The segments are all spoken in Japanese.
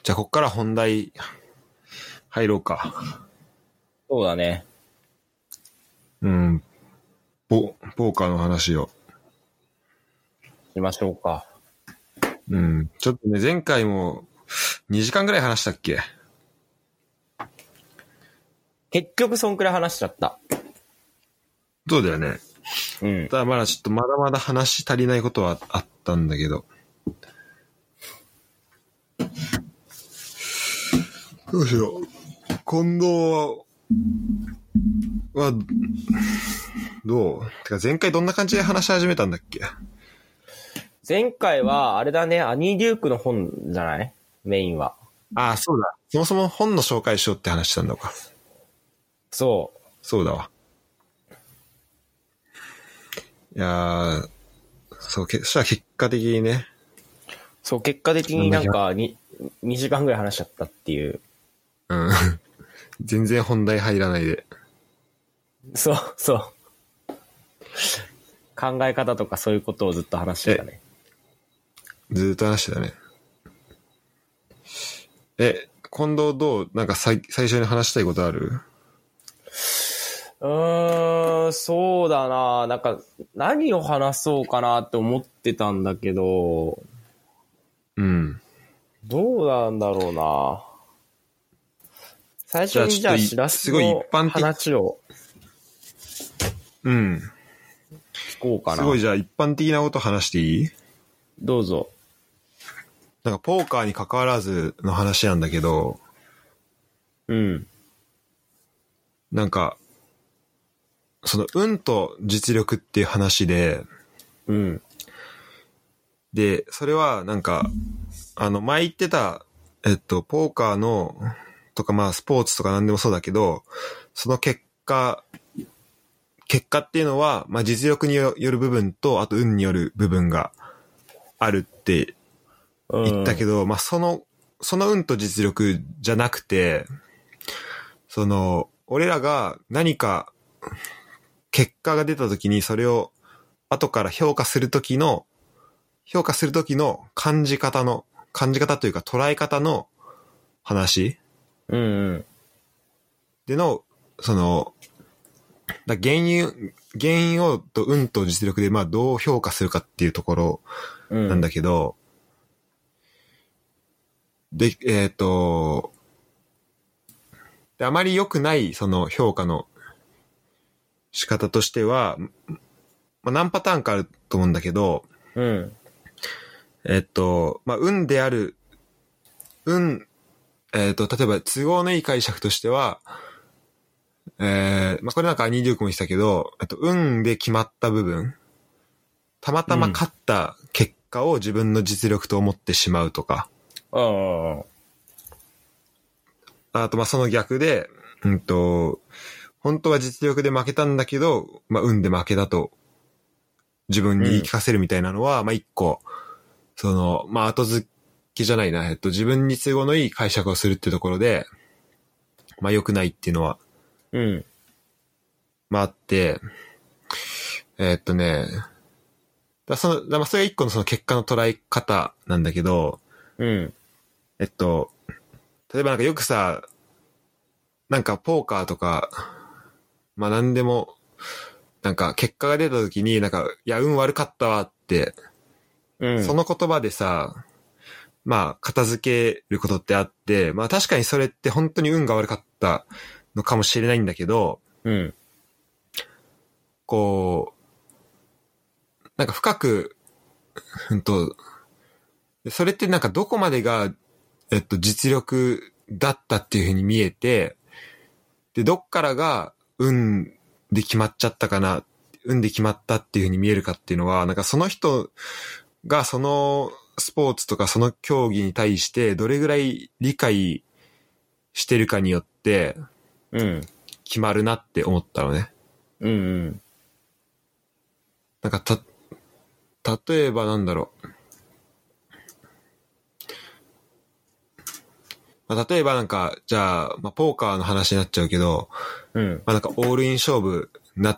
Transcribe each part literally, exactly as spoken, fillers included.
じゃあこっから本題入ろうか。 そうだね。 うん。ポ、ポーカーの話を。 しましょうか。 うん。ちょっとね、前回もにじかんぐらい話したっけ？ 結局そんくらい話しちゃった。 そうだよね。 うん。 ただまだちょっとまだまだ話足りないことはあったんだけど。どうしよう。近藤は、は、どう？てか前回どんな感じで話し始めたんだっけ？ 前回は、あれだね、アニー・デュークの本じゃない？メインは。 ああ、そうだ。そもそも本の紹介しようって話したんだか。 そう。 そうだわ。いやー、そう、けそしたら結果的にね。 そう、結果的になんかに、にじかんぐらい話しちゃったっていう。 うん。全然本題入らないで。 そう、そう。考え方とかそういうことをずっと話してたね。 ずーっと話してたね。え、近藤どう？なんか最最初に話したいことある？ うーん、そうだな。なんか、何を話そうかなって思ってたんだけど、 うん。 どうなんだろうな。最初にじゃあ、しらすすごい一の般的話をうん。 聞こうかな。 すごいじゃあ一般的なこと話していい？ どうぞ。 なんかポーカーに関わらずの話なんだけど、 うん。 なんか、その運と実力っていう話で、 うん。 で、それはなんか、あの前言ってた、えっと、ポーカーの、とかまあスポーツとか何でもそうだけど、その結果、結果っていうのは、まあ実力による部分と、あと運による部分があるって言ったけど、うん、まあその、その運と実力じゃなくて、その、俺らが何か結果が出た時にそれを後から評価する時の、評価する時の感じ方の、感じ方というか捉え方の話、 うんうん、 での、その、だ原因、原因をと運と実力でまあどう評価するかっていうところなんだけど、うん、で、えっと、で、あまり良くないその評価の仕方としては、まあ、何パターンかあると思うんだけど、 うん、 えっと、まあ運である、運、えっと、例えば都合のいい解釈としては、えー、まあ、これなんかアニー・デュークも言ってたけど、あと、運で決まった部分、たまたま勝った結果を自分の実力と思ってしまうとか。 うん、 あと、ま、その逆で、うんと、本当は実力で負けたんだけど、まあ、運で負けだと自分に言い聞かせるみたいなのは、うん、まあ、一個、その、まあ、後付けじゃないな、えっと、自分に都合のいい解釈をするっていうところで、まあ、良くないっていうのは、 うん。 まあ、あって、えー、っとね、だその、だまあ、それが一個のその結果の捉え方なんだけど、 うん。 えっと、例えばなんかよくさ、なんかポーカーとか、まあなんでも、なんか結果が出た時になんか、いや、運悪かったわって、うん、その言葉でさ、まあ片付けることってあって、まあ確かにそれって本当に運が悪かったのかもしれないんだけど、 うん。 こう、なんか深く、うんと、それってなんかどこまでが、えっと、実力だったっていう風に見えて、で、どっからが運で決まっちゃったかな、運で決まったっていう風に見えるかっていうのは、なんかその人がそのスポーツとかその競技に対してどれぐらい理解してるかによって、決まるなって思ったのね。 うんうん。 なんかた、例えばなんだろう。まあ、例えばなんか、じゃあ、まあ、ポーカーの話になっちゃうけど、 うん。 まあなんかオールイン勝負になって、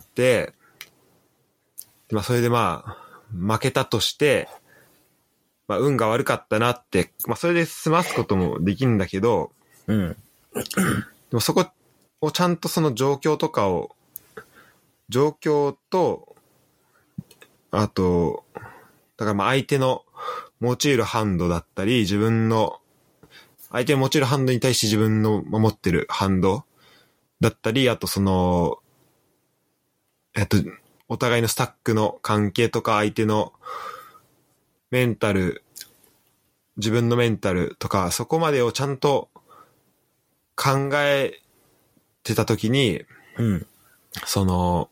まあそれでまあ、負けたとして、 まあ運が悪かったなって、まあそれで済ますこともできるんだけど、 うん。 でもそこをちゃんとその状況とかを、状況と、あと、だからまあ相手の用いるハンドだったり、自分の、相手の用いるハンドに対して自分の持ってるハンドだったり、あとその、えっと、お互いのスタックの関係とか相手のメンタル、自分のメンタルとか、そこまでをちゃんと考えてたときに、 うん。 その、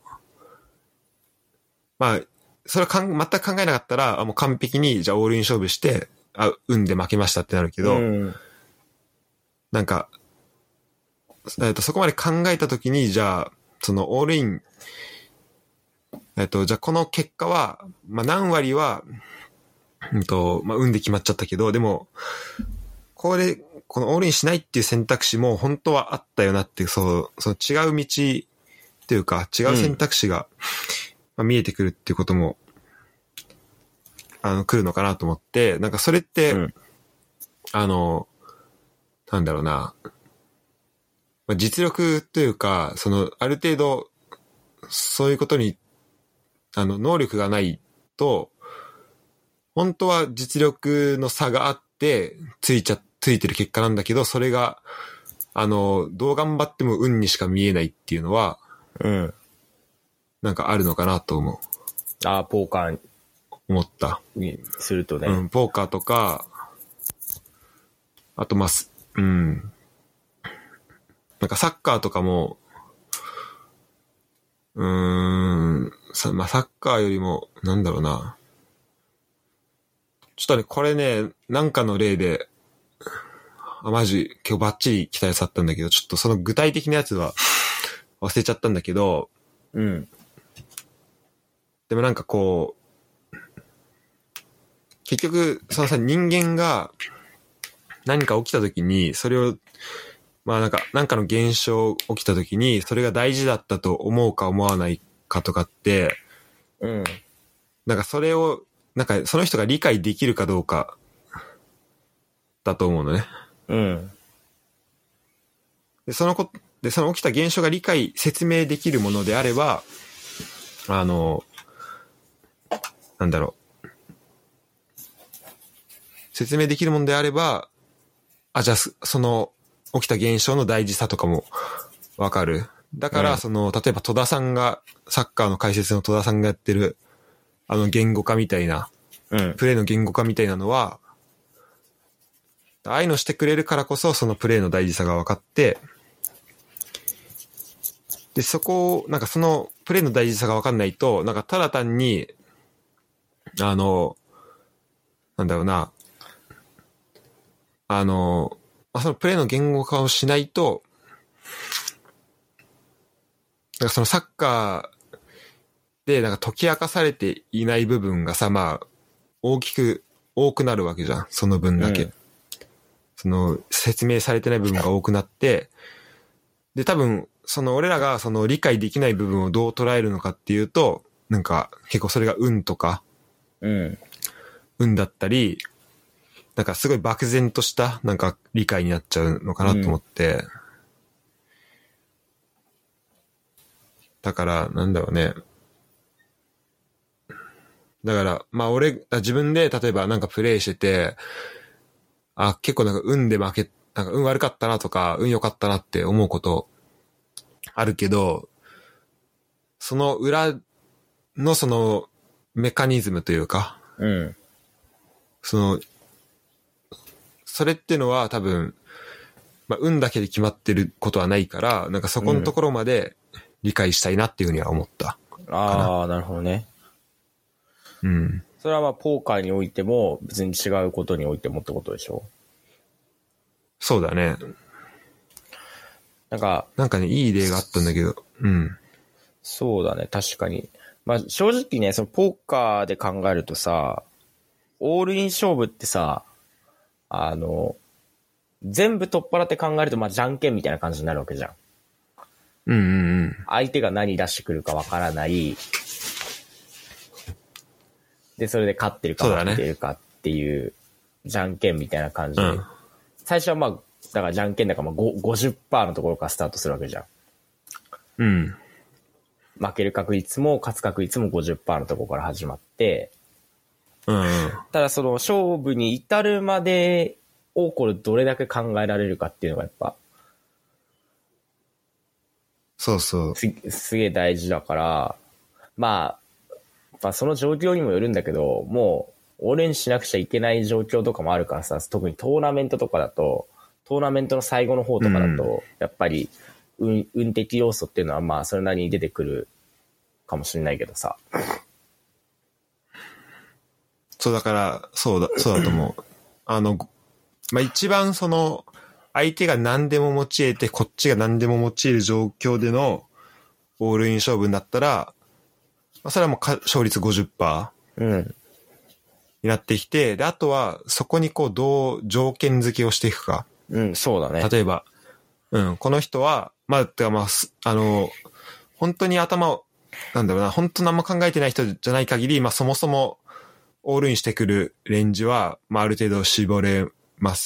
まあ、それをかん全く考えなかったら、もう完璧に、じゃあオールイン勝負して、あ、運で負けましたってなるけど、 うん、 なんか、えっと、そこまで考えたときに、じゃあ、そのオールイン、えっと、じゃあこの結果は、まあ何割は、うんと、まあ運で決まっちゃったけど、でも、これ、このオールインしないっていう選択肢も本当はあったよなっていう、そう、その違う道っていうか、違う選択肢が、まあ、見えてくるっていうことも、あの、来るのかなと思って、なんかそれって、うん、あの、なんだろうな、まあ、実力というか、その、ある程度、そういうことに、あの、能力がないと、本当は実力の差があって、ついちゃ、ついてる結果なんだけど、それが、あの、どう頑張っても運にしか見えないっていうのは、 うん。 なんかあるのかなと思う。 ああ、ポーカー思った。 にするとね。 うん、ポーカーとか、あとまあ、うん。なんかサッカーとかも、うーん、さ、まあサッカーよりも、なんだろうな。ちょっとね、これね、なんかの例で、あ、マジ、今日バッチリ来たやつあったんだけど、ちょっとその具体的なやつは忘れちゃったんだけど、 うん。 でもなんかこう、結局、そのさ、人間が何か起きた時に、それを、まあなんか、なんかの現象起きた時に、それが大事だったと思うか思わないかとかって、 うん。 なんかそれを、なんかその人が理解できるかどうか、だと思うのね。 うん。 で、そのこ、で、その起きた現象が理解、説明できるものであれば、あの、なんだろう。説明できるものであれば、あ、じゃあ、その、起きた現象の大事さとかもわかる。だから、うん、その、例えば戸田さんが、サッカーの解説の戸田さんがやってる、あの言語化みたいな、うん、プレーの言語化みたいなのは、ああいうのしてくれるからこそ、そのプレーの大事さが分かって、で、そこを、なんかそのプレーの大事さが分かんないと、なんかただ単に、あの、なんだろうな、あの、そのプレーの言語化をしないと、なんかそのサッカーでなんか解き明かされていない部分がさ、まあ、大きく、多くなるわけじゃん。その分だけ。うん、その説明されてない部分が多くなって、で、多分、その俺らがその理解できない部分をどう捉えるのかっていうと、なんか結構それが運とか、 うん、 運だったり、なんかすごい漠然としたなんか理解になっちゃうのかなと思って、うん、だからなんだろうね。だからまあ俺自分で例えばなんかプレイしてて、あ結構なんか運で負け、なんか運悪かったなとか運良かったなって思うことあるけど、その裏のそのメカニズムというか、 うん、 そのそれってのは多分、まあ、運だけで決まってることはないから、なんかそこのところまで理解したいなっていうふうには思った。 うん、ああ、なるほどね。 うん。 それはまあ、ポーカーにおいても、別に違うことにおいてもってことでしょ？ そうだね。 なんか、 なんかね、いい例があったんだけど、うん。 そうだね、確かに。まあ、正直ね、そのポーカーで考えるとさ、オールイン勝負ってさ、あの、全部取っ払って考えると、まあ、じゃんけんみたいな感じになるわけじゃん。 うんうんうん。 相手が何出してくるかわからない。で、それで勝ってるか負けてるかっっていうじゃんけんみたいな感じで、 うん、 最初はまあだからじゃんけんだからまあ ごじゅっパーセント のところからスタートするわけじゃん。 うん。 負ける確率も勝つ確率も ごじゅっパーセント のところから始まって、 うんうん、 ただその勝負に至るまでをこれどれだけ考えられるかっていうのがやっぱそうそうす, すげえ大事だから、まあ、まあその状況にもよるんだけど、もうオールインしなくちゃいけない状況とかもあるからさ、特にトーナメントとかだと、トーナメントの最後の方とかだと、うん、やっぱり運、運的要素っていうのはまあそれなりに出てくるかもしれないけどさ。 そうだから、そうだ、そうだと思う。あの、まあ、一番その、相手が何でも持ち得て、こっちが何でも持ち得る状況でのオールイン勝負になったら、まあ、それはもうか勝率 ごじゅっパーセント、うん、になってきて、で、あとは、そこにこう、どう条件付けをしていくか。 うん、そうだね。 例えば、うん、この人は、まあ、てかまあ、あの、本当に頭を、なんだろうな、本当何も考えてない人じゃない限り、まあ、そもそも、オールインしてくるレンジは、まあ、ある程度絞れます。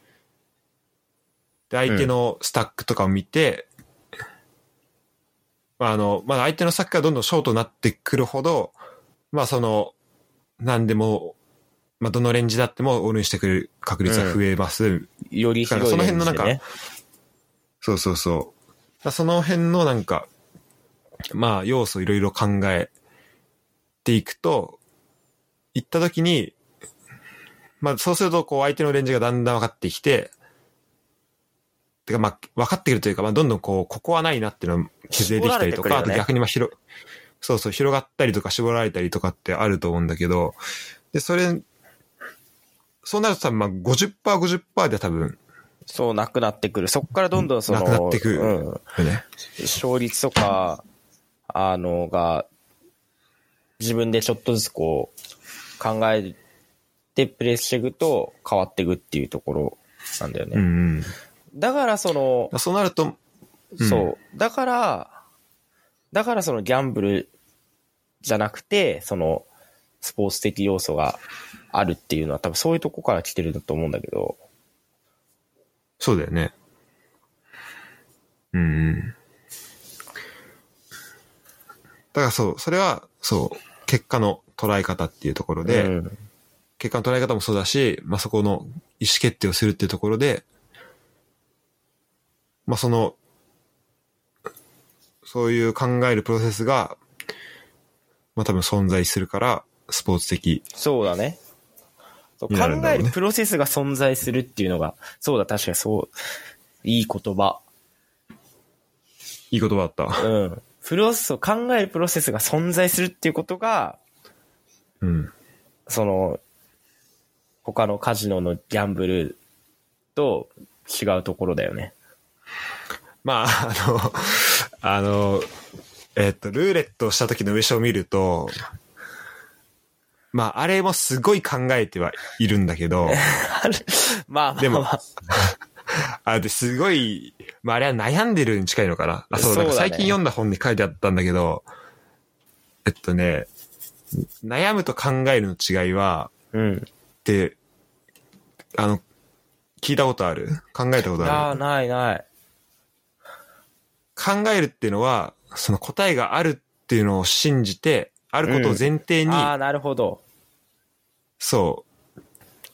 で、相手のスタックとかを見て、うん、まあ、あの、まあ、相手のスタックがどんどんショートになってくるほど、まあ、その、何でも、まあ、どのレンジだってもオールインしてくる確率が増えます。うん、 より広いレンジでね。 その辺のなんか、そうそうそう。その辺のなんか、まあ、要素いろいろ考えていくと、行った時に、まあそうするとこう相手のレンジがだんだん分かってきて、てかまあ分かってくるというか、まあどんどんこう、ここはないなっていうのを削れてきたりとか、ね、あと逆にまあ広、そうそう広がったりとか絞られたりとかってあると思うんだけど、で、それ、そうなると多分まあ ごじゅっパーセント、ごじゅっパーセント で多分、 そうなくなってくる。そこからどんどんその、 なくなってくる、 うんね。 勝率とか、あのが、自分でちょっとずつこう、考えてプレイしていくと変わっていくっていうところなんだよね。 うんうん、 だからその、 そうなると、 うん、そう。だから、だからそのギャンブルじゃなくて、そのスポーツ的要素があるっていうのは多分そういうとこから来てるんだと思うんだけど。 そうだよね。うんうん。だからそう、それは、そう、結果の捉え方っていうところで、うん、結果の捉え方もそうだし、まあ、そこの意思決定をするっていうところで、まあ、その、そういう考えるプロセスが、まあ、多分存在するから、スポーツ的。 そうだね。そう考えるプロセスが存在するっていうのが、そうだ、確かにそう、いい言葉。 いい言葉だった。 うん。プロセスを考えるプロセスが存在するっていうことが、 うん。その、他のカジノのギャンブルと違うところだよね。 まあ、あの、あの、えっと、ルーレットをした時の上書を見ると、まあ、あれもすごい考えてはいるんだけど、 まあ、 でも、あ、で、すごい、まあ、あれは悩んでるに近いのかな。あ、そう、なんか最近読んだ本に書いてあったんだけど、えっとね、悩むと考えるの違いは、 うん。 で、あの、聞いたことある？考えたことある？ ああ、ないない。 考えるっていうのは、その答えがあるっていうのを信じて、あることを前提に、うん、 ああ、なるほど。 そう、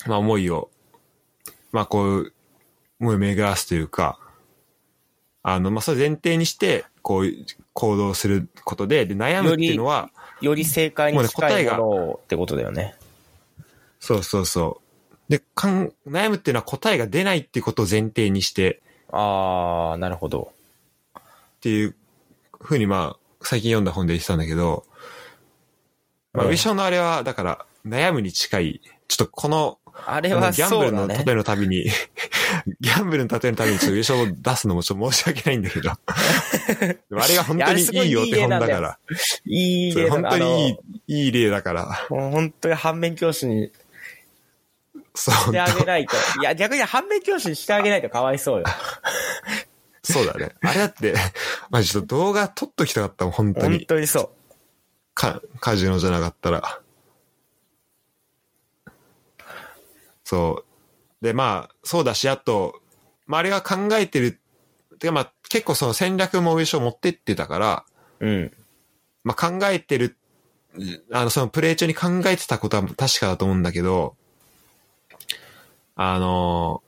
まあ思いを、まあこう、思いを巡らすというか、あの、まあそれ前提にして、こう、行動することで、で、悩むっていうのは、 より、より正解に近いものってことだよね。 そうそうそう。で、かん、悩むっていうのは答えが出ないっていうことを前提にして、 ああ、なるほど。 っていうふうにまあ、最近読んだ本で言ってたんだけど、まあ、ウィションのあれは、だから、悩むに近い、ちょっとこの、 あれはギャンブルの例えのたびに、ギャンブルの例えのたびにちょっとウィションを出すのもちょっと申し訳ないんだけど、あれが本当にいいお手本だから、 いい例本当にいい、いい例だから。 もう本当に反面教師にしてあげないと。いや、逆に反面教師にしてあげないとかわいそうよ。 そうだね。あれだって、まじちょっと動画撮っときたかったもん、本当に。 本当にそう。 か、カジノじゃなかったら。 そう。で、まあ、そうだし、あと、周りが考えてる、てかまあ、結構その戦略も上昇持ってってたから、 うん。 まあ考えてる、あの、そのプレイ中に考えてたことは確かだと思うんだけど、あの、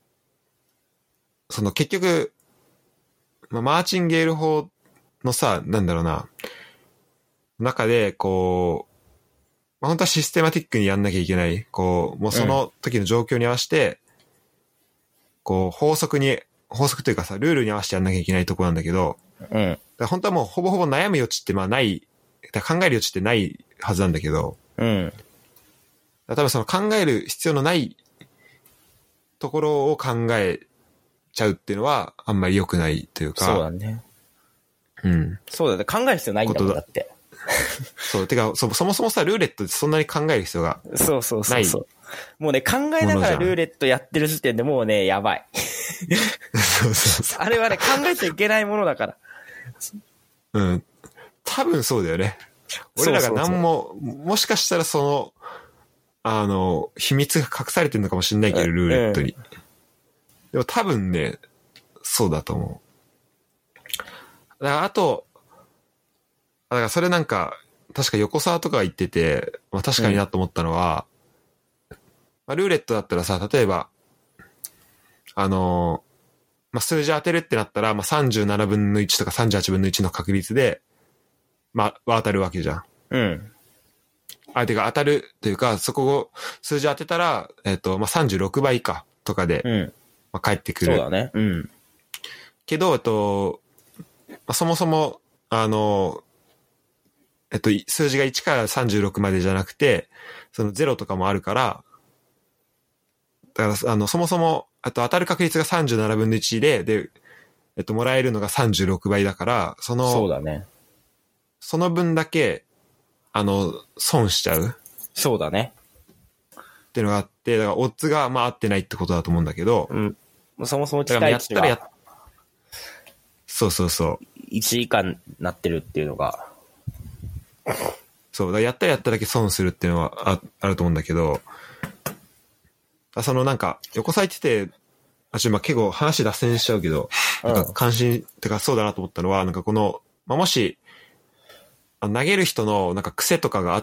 その結局、まあ、マーチンゲール法のさ、なんだろうな、中で、こう、まあ、本当はシステマティックにやんなきゃいけない。こう、もうその時の状況に合わせて、うん、こう、法則に、法則というかさ、ルールに合わせてやんなきゃいけないとこなんだけど、 うん。だから本当はもうほぼほぼ悩む余地ってまあない、だ考える余地ってないはずなんだけど、 うん。 多分その考える必要のないところを考えちゃうっていうのはあんまり良くないというか。 そうだね。 うん。 そうだね。考える必要ないんだもんだって。 そう。てかそ、そもそもさ、ルーレットってそんなに考える必要がない。 そうそうそうそう。もうね、考えながらルーレットやってる時点でもうね、やばい。 そうそうそう。 あれはね、考えちゃいけないものだから。 うん。多分そうだよね。俺らが何も、そうそうそう、もしかしたらその、あの、秘密が隠されてるのかもしれないけど、ルーレットに。うん、でも多分ね、そうだと思う。だからあと、だからそれなんか、確か横沢とか言ってて、まあ確かになと思ったのは、うん、まあ、ルーレットだったらさ、例えば、あの、まあ、数字当てるってなったら、まあ、さんじゅうななぶんのいちとかさんじゅうはちぶんのいちの確率で、まあ、当たるわけじゃん。 うん。 相手が当たるというか、そこを数字当てたら、えっと、まあ、さんじゅうろくばいか、とかで、うん、まあ、返ってくる。 そうだね。うん。 けど、えっと、まあ、そもそも、あの、えっと、数字がいちからさんじゅうろくまでじゃなくて、そのゼロとかもあるから、だから、あの、そもそも、あと当たる確率がさんじゅうななぶんのいちで、で、えっと、もらえるのがさんじゅうろくばいだから、その、 そうだね。 その分だけ、あの、損しちゃう。 そうだね。 っていうのがあって、だから、オッズが、まあ、合ってないってことだと思うんだけど、 うん。そもそも期待値が、やったらや、 そうそうそう。 いち以下になってるっていうのが。 そう、だからやったらやっただけ損するっていうのは あ, あると思うんだけど、そのなんか、横さいてて、あ、ちょ、まあ、結構話脱線しちゃうけど、なんか関心、うん、てかそうだなと思ったのは、なんかこの、まあ、もし、投げる人のなんか癖とかがあって、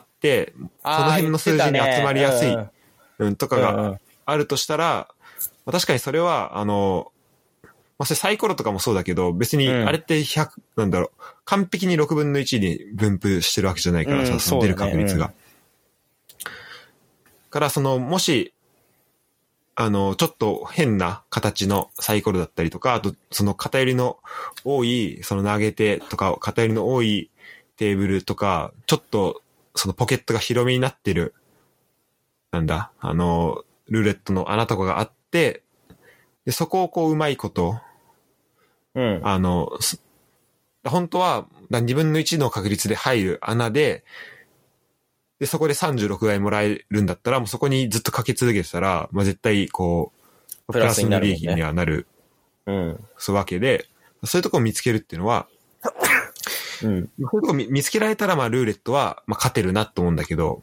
その辺の数字に集まりやすい、ね、うん、とかがあるとしたら、まあ、確かにそれは、あの、まあ、それサイコロとかもそうだけど、別にあれってひゃく、うん、なんだろう、完璧にろくぶんのいちに分布してるわけじゃないからさ、うん、その出る確率が。ね、うん、から、その、もし、あの、ちょっと変な形のサイコロだったりとか、あと、その偏りの多い、その投げ手とか、偏りの多いテーブルとか、ちょっと、そのポケットが広めになってる、なんだ、あの、ルーレットの穴とかがあって、で、そこをこう、うまいこと、 うん。 あの、本当は、にぶんのいちの確率で入る穴で、で、そこでさんじゅうろくばいもらえるんだったら、もうそこにずっとかけ続けてたら、まあ、絶対、こう、プラスの利益にはなる、 うん。 そうわけで、そういうとこを見つけるっていうのは、 うん。 そういうとこ見つけられたら、まあ、ルーレットは、まあ、勝てるなと思うんだけど、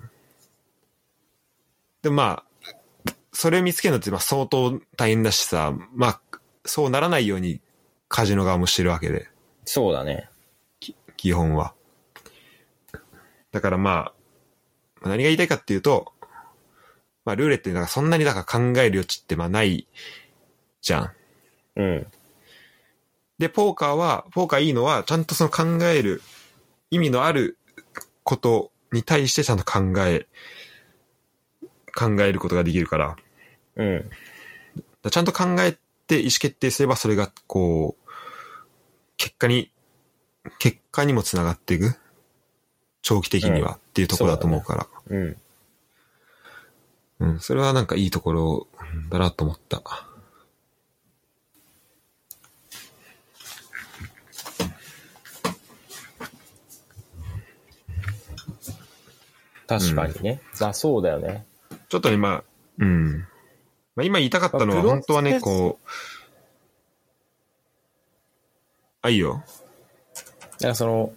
でもまあ、それを見つけるのって、まあ、相当大変だしさ、まあ、そうならないように、カジノ側もしてるわけで。 そうだね。 基本は。だからまあ、何が言いたいかっていうと、まあ、ルーレットになんかそんなにだから考える余地ってまあないじゃん。 うん。 で、ポーカーは、ポーカーいいのは、ちゃんとその考える、意味のあることに対してちゃんと考え、考えることができるから。 うん。 ちゃんと考えて意思決定すれば、それがこう、結果に、結果にもつながっていく。長期的にはっていうところだと思うから。 うん。 うん、それはなんかいいところだなと思った。 確かにね。うん、まあそうだよね。 ちょっとね、まあ、うん。まあ今言いたかったのは本当はね、こう、あ、いいよ。 だからその、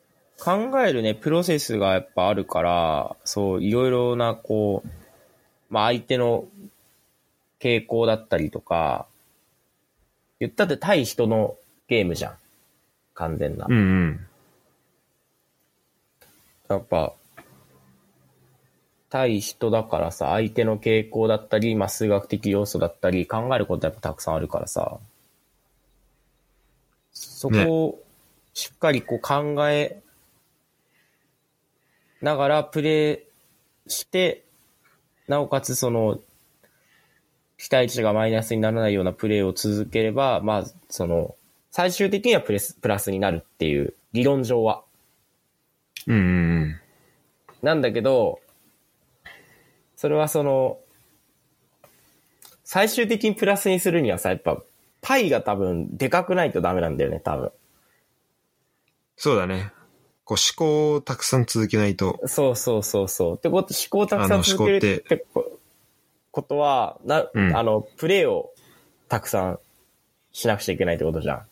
考えるね、プロセスがやっぱあるから、そう、いろいろな、こう、 まあ相手の傾向だったりとか、言ったって対人のゲームじゃん。完全な。 うんうん。 やっぱ、対人だからさ、相手の傾向だったり、まあ数学的要素だったり、考えることやっぱたくさんあるからさ、そこをしっかりこう考えながらプレイして、なおかつその、期待値がマイナスにならないようなプレイを続ければ、まあ、その、最終的にはプレス、プラスになるっていう、理論上は。 うんうんうん。 なんだけど、それはその、最終的にプラスにするにはさ、やっぱ、パイが多分、でかくないとダメなんだよね、多分。 そうだね。こう思考をたくさん続けないと。 そうそうそうそう。ってこと、思考をたくさん続けるってことは、な、うん、あの、プレイをたくさんしなくちゃいけないってことじゃん。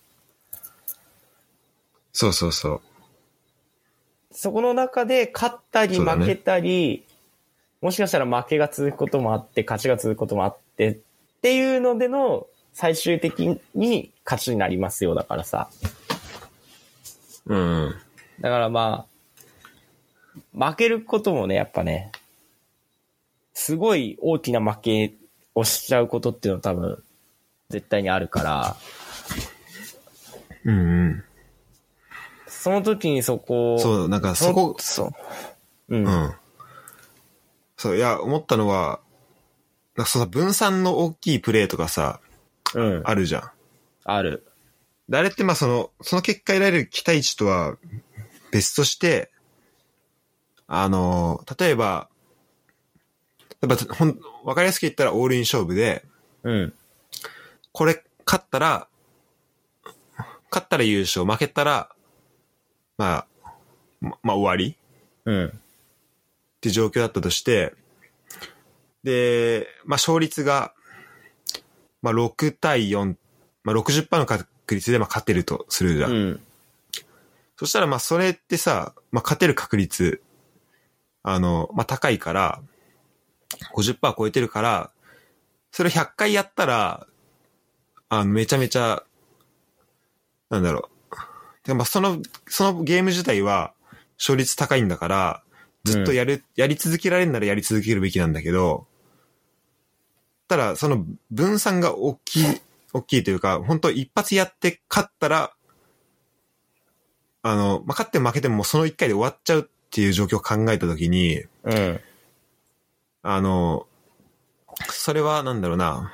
そうそうそう。 そこの中で勝ったり負けたり、ね、もしかしたら負けが続くこともあって、勝ちが続くこともあって、っていうのでの最終的に勝ちになりますよ、だからさ。 うん。 だからまあ、負けることもね、やっぱね、すごい大きな負けをしちゃうことっていうのは多分、絶対にあるから。 うんうん。 その時にそこを。 そう、なんかそこ、 そう。うん。 うん。そう、いや、思ったのは、なんかその分散の大きいプレーとかさ、 うん。 あるじゃん。 ある。 で、あれってまあその、その結果得られる期待値とは別として、あの、例えば、やっぱほん、わかりやすく言ったらオールイン勝負で、 うん。 これ勝ったら、勝ったら優勝、負けたら、まあ、ま、まあ終わりうん。 っていう状況だったとして、で、まあ勝率が、まあろくたいよん、まあ ろくじゅっパーセント の確率でまあ勝てるとするじゃん。うん。そしたらまあそれってさ、まあ勝てる確率、あの、まあ高いから、ごじゅっパーセント 超えてるから、それひゃっかいやったら、あの、めちゃめちゃ、なんだろう。でまあその、そのゲーム自体は、勝率高いんだから、ずっとやる、うん、やり続けられるならやり続けるべきなんだけど、ただ、その分散が大きい、大きいというか、本当一発やって勝ったら、あの、まあ、勝っても負けてももうその一回で終わっちゃうっていう状況を考えたときに、 うん。 あの、それはなんだろうな、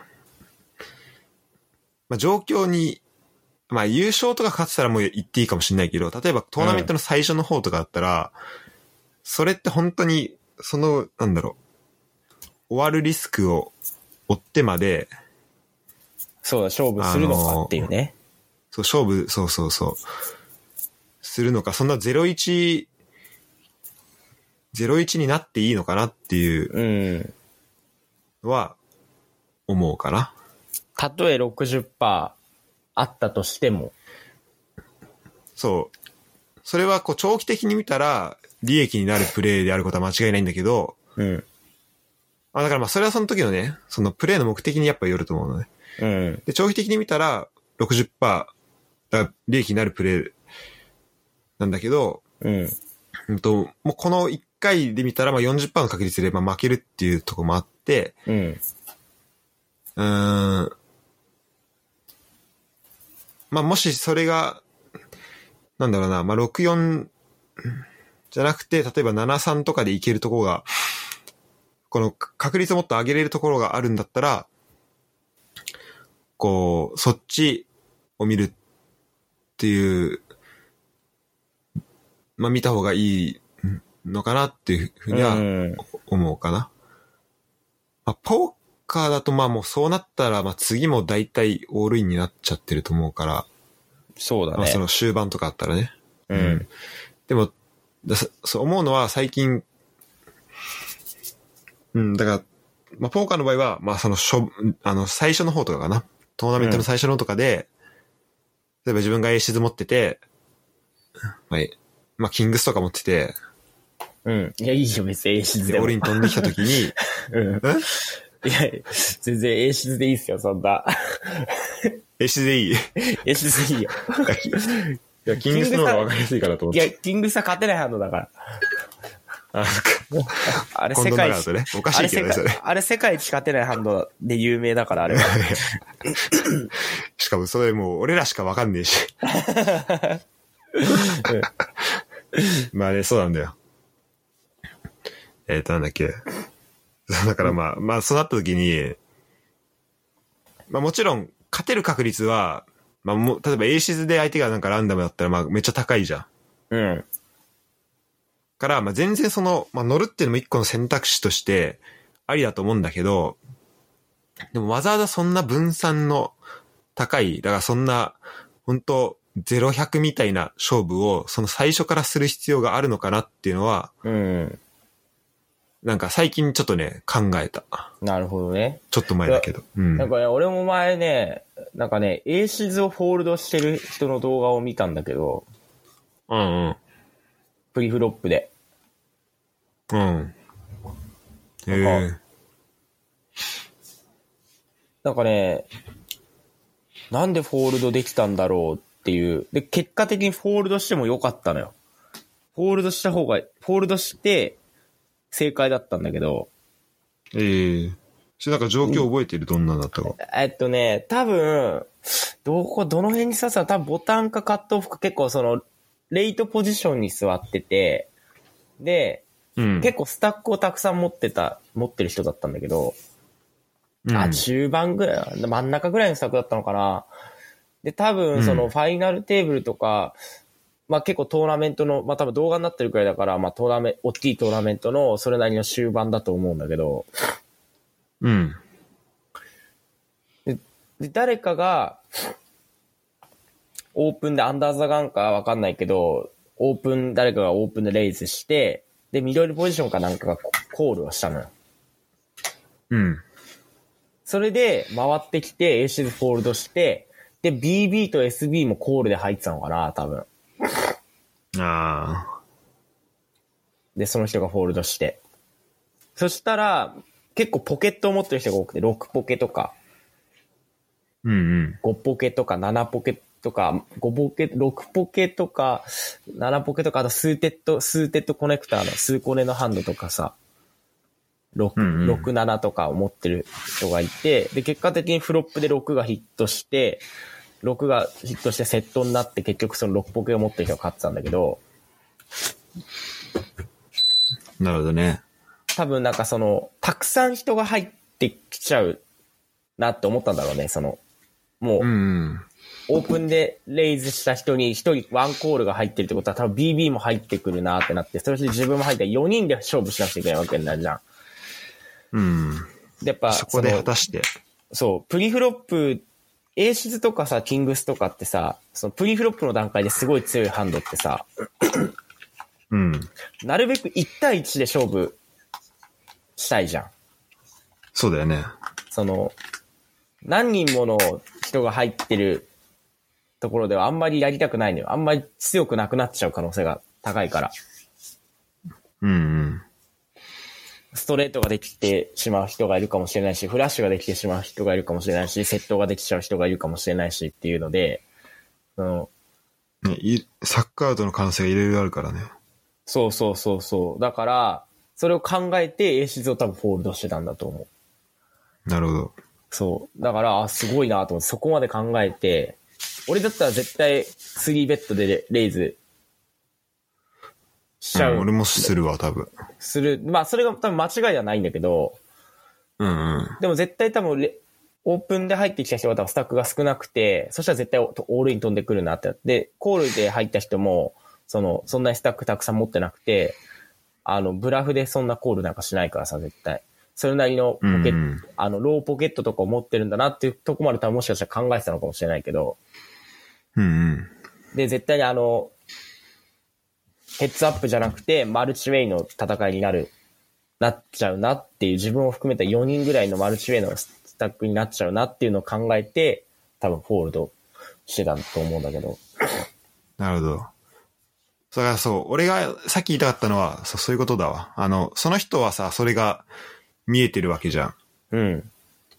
まあ、状況に、まあ、優勝とか勝ってたらもう言っていいかもしれないけど、例えばトーナメントの最初の方とかだったら、うん、それって本当に、その、なんだろう、終わるリスクを追ってまで、 そうだ、勝負するのかっていうね。 そう、勝負、そうそうそう。するのか、そんなゼロいち、ゼロいちになっていいのかなっていうのは思うかな。 たとえ ろくじゅっパーセント あったとしても。 そう。それはこう長期的に見たら利益になるプレーであることは間違いないんだけど、 うん。 あ、だからまあそれはその時のね、そのプレーの目的にやっぱよると思うのね。 うん。 で、長期的に見たら ろくじゅっパーセント 利益になるプレーなんだけど、 うん。 うんと、もうこのいっかいで見たらまあ よんじゅっパーセント の確率でまあ負けるっていうところもあって、 うん。 うーん。まあもしそれが、なんだろうな、まあろくよんじゃなくて、例えばななさんとかでいけるところが、この確率をもっと上げれるところがあるんだったら、こう、そっちを見るっていう、まあ見た方がいいのかなっていうふうには思うかな。まあ、ポーカーだとまあもうそうなったら、まあ次も大体オールインになっちゃってると思うから。 そうだね。 まあその終盤とかあったらね。 うん。うん、 でも、そう思うのは最近、うん、だから、まあポーカーの場合は、まあそのしょ、あの最初の方とかかな。トーナメントの最初の方とかで、うん、例えば自分がエーシズ持ってて、まあ、まあキングスとか持ってて、 うん。いや、いいよ、別に英静でで、 も。 俺に飛んできた時に、 うん。いや、全然英静でいいっすよ、そんな。 英静でいい英静でいいよ。 いや、キングスの方が分かりやすいかなと思って。 いや、キングスは勝てないハンドだから。 あ、そっか。 あれ世界一、 ね、おかしいけどね、それ。 あれ世界一勝てないハンドで有名だから、あれは。 しかもそれもう俺らしか分かんねえし。まあね、そうなんだよ。えっと、なんだっけ。だからまあ、まあそうなった時に、まあもちろん勝てる確率は、まあもう、例えばエーシズで相手がなんかランダムだったらまあめっちゃ高いじゃん。 うん。 から、まあ全然その、まあ乗るっていうのも一個の選択肢としてありだと思うんだけど、でもわざわざそんな分散の高い、だからそんな、本当ゼロひゃくみたいな勝負をその最初からする必要があるのかなっていうのは、 うん。 なんか最近ちょっとね、考えた。 なるほどね。 ちょっと前だけど。うん。 なんかね、俺も前ね、なんかね、エーシズをフォールドしてる人の動画を見たんだけど、 うんうん。 プリフロップで。 うん。へえ。 なんかね、なんでフォールドできたんだろうっていう。で、結果的にフォールドしてもよかったのよ。フォールドした方が、フォールドして正解だったんだけど。 ええ。それなんか状況覚えてる、どんなんだったか。 えっとね、多分、どこ、どの辺に刺さる多分ボタンかカットオフか結構その、レイトポジションに座ってて、で、うん、結構スタックをたくさん持ってた、持ってる人だったんだけど、うん、あ、中盤ぐらい、真ん中ぐらいのスタックだったのかな。で、多分そのファイナルテーブルとか、うん、まあ結構トーナメントの、まあ多分動画になってるくらいだから、まあトーナメント、大きいトーナメントのそれなりの終盤だと思うんだけど、 うん。 で、で誰かが、オープンでアンダーザガンかわかんないけど、オープン、誰かがオープンでレイズして、で、ミドルポジションかなんかがコールをしたのよ。 うん。 それで、回ってきて、エーシズフォールドして、で、ビービー と エスビー もコールで入ってたのかな、多分。 ああ。 で、その人がフォールドして。そしたら、結構ポケットを持ってる人が多くて、ろくポケとか、 うんうん。 ごポケとかななポケとか、ごポケ、ろくポケとか、ななポケとか、あと数テッド、数テッドコネクターの数コネのハンドとかさ、ろく、うんうん、ろく、ななとかを持ってる人がいて、で、結果的にフロップでろくがヒットして、ろくがヒットしてセットになって結局そのろくポケを持ってる人が勝ってたんだけど。 なるほどね。 多分なんかその、たくさん人が入ってきちゃうなって思ったんだろうね、その、もう、うんうん、オープンでレイズした人に一人ワンコールが入ってるってことは多分 ビービー も入ってくるなってなって、それで自分も入ってよにんで勝負しなくちゃいけないわけになるじゃん。 うん。 でやっぱそこで果たして。 そう、プリフロップ、エーシズとかさ、キングスとかってさ、そのプリフロップの段階ですごい強いハンドってさ、 うん。 なるべくいち対いちで勝負したいじゃん。 そうだよね。 その、何人もの人が入ってるところではあんまりやりたくないのよ。あんまり強くなくなっちゃう可能性が高いから。 うんうん。 ストレートができてしまう人がいるかもしれないし、フラッシュができてしまう人がいるかもしれないし、セットができちゃう人がいるかもしれないしっていうので、そのね、サックアウトの可能性がいろいろあるからね。 そうそうそうそう。だから、それを考えてエーシズを多分フォールドしてたんだと思う。 なるほど。 そう。だから、あ、すごいなと思って、そこまで考えて、俺だったら絶対スリーベッドでレイズしちゃう、 うん。俺もするわ、多分。 する。まあ、それが多分間違いではないんだけど、 うんうん。 でも絶対多分レ、オープンで入ってきた人が多分スタックが少なくて、そしたら絶対オールイン飛んでくるなって。で、コールで入った人も、その、そんなにスタックたくさん持ってなくて、あの、ブラフでそんなコールなんかしないからさ、絶対。それなりのポケット、うんうん、あの、ローポケットとかを持ってるんだなっていうとこまで多分もしかしたら考えてたのかもしれないけど。 うんうん。 で、絶対にあの、ヘッズアップじゃなくて、マルチウェイの戦いになる、なっちゃうなっていう、自分を含めたよにんぐらいのマルチウェイのスタックになっちゃうなっていうのを考えて、多分フォールドしてたと思うんだけど。 なるほど。 だからそう、俺がさっき言いたかったのは、そう、そういうことだわ。あの、その人はさ、それが見えてるわけじゃん。 うん。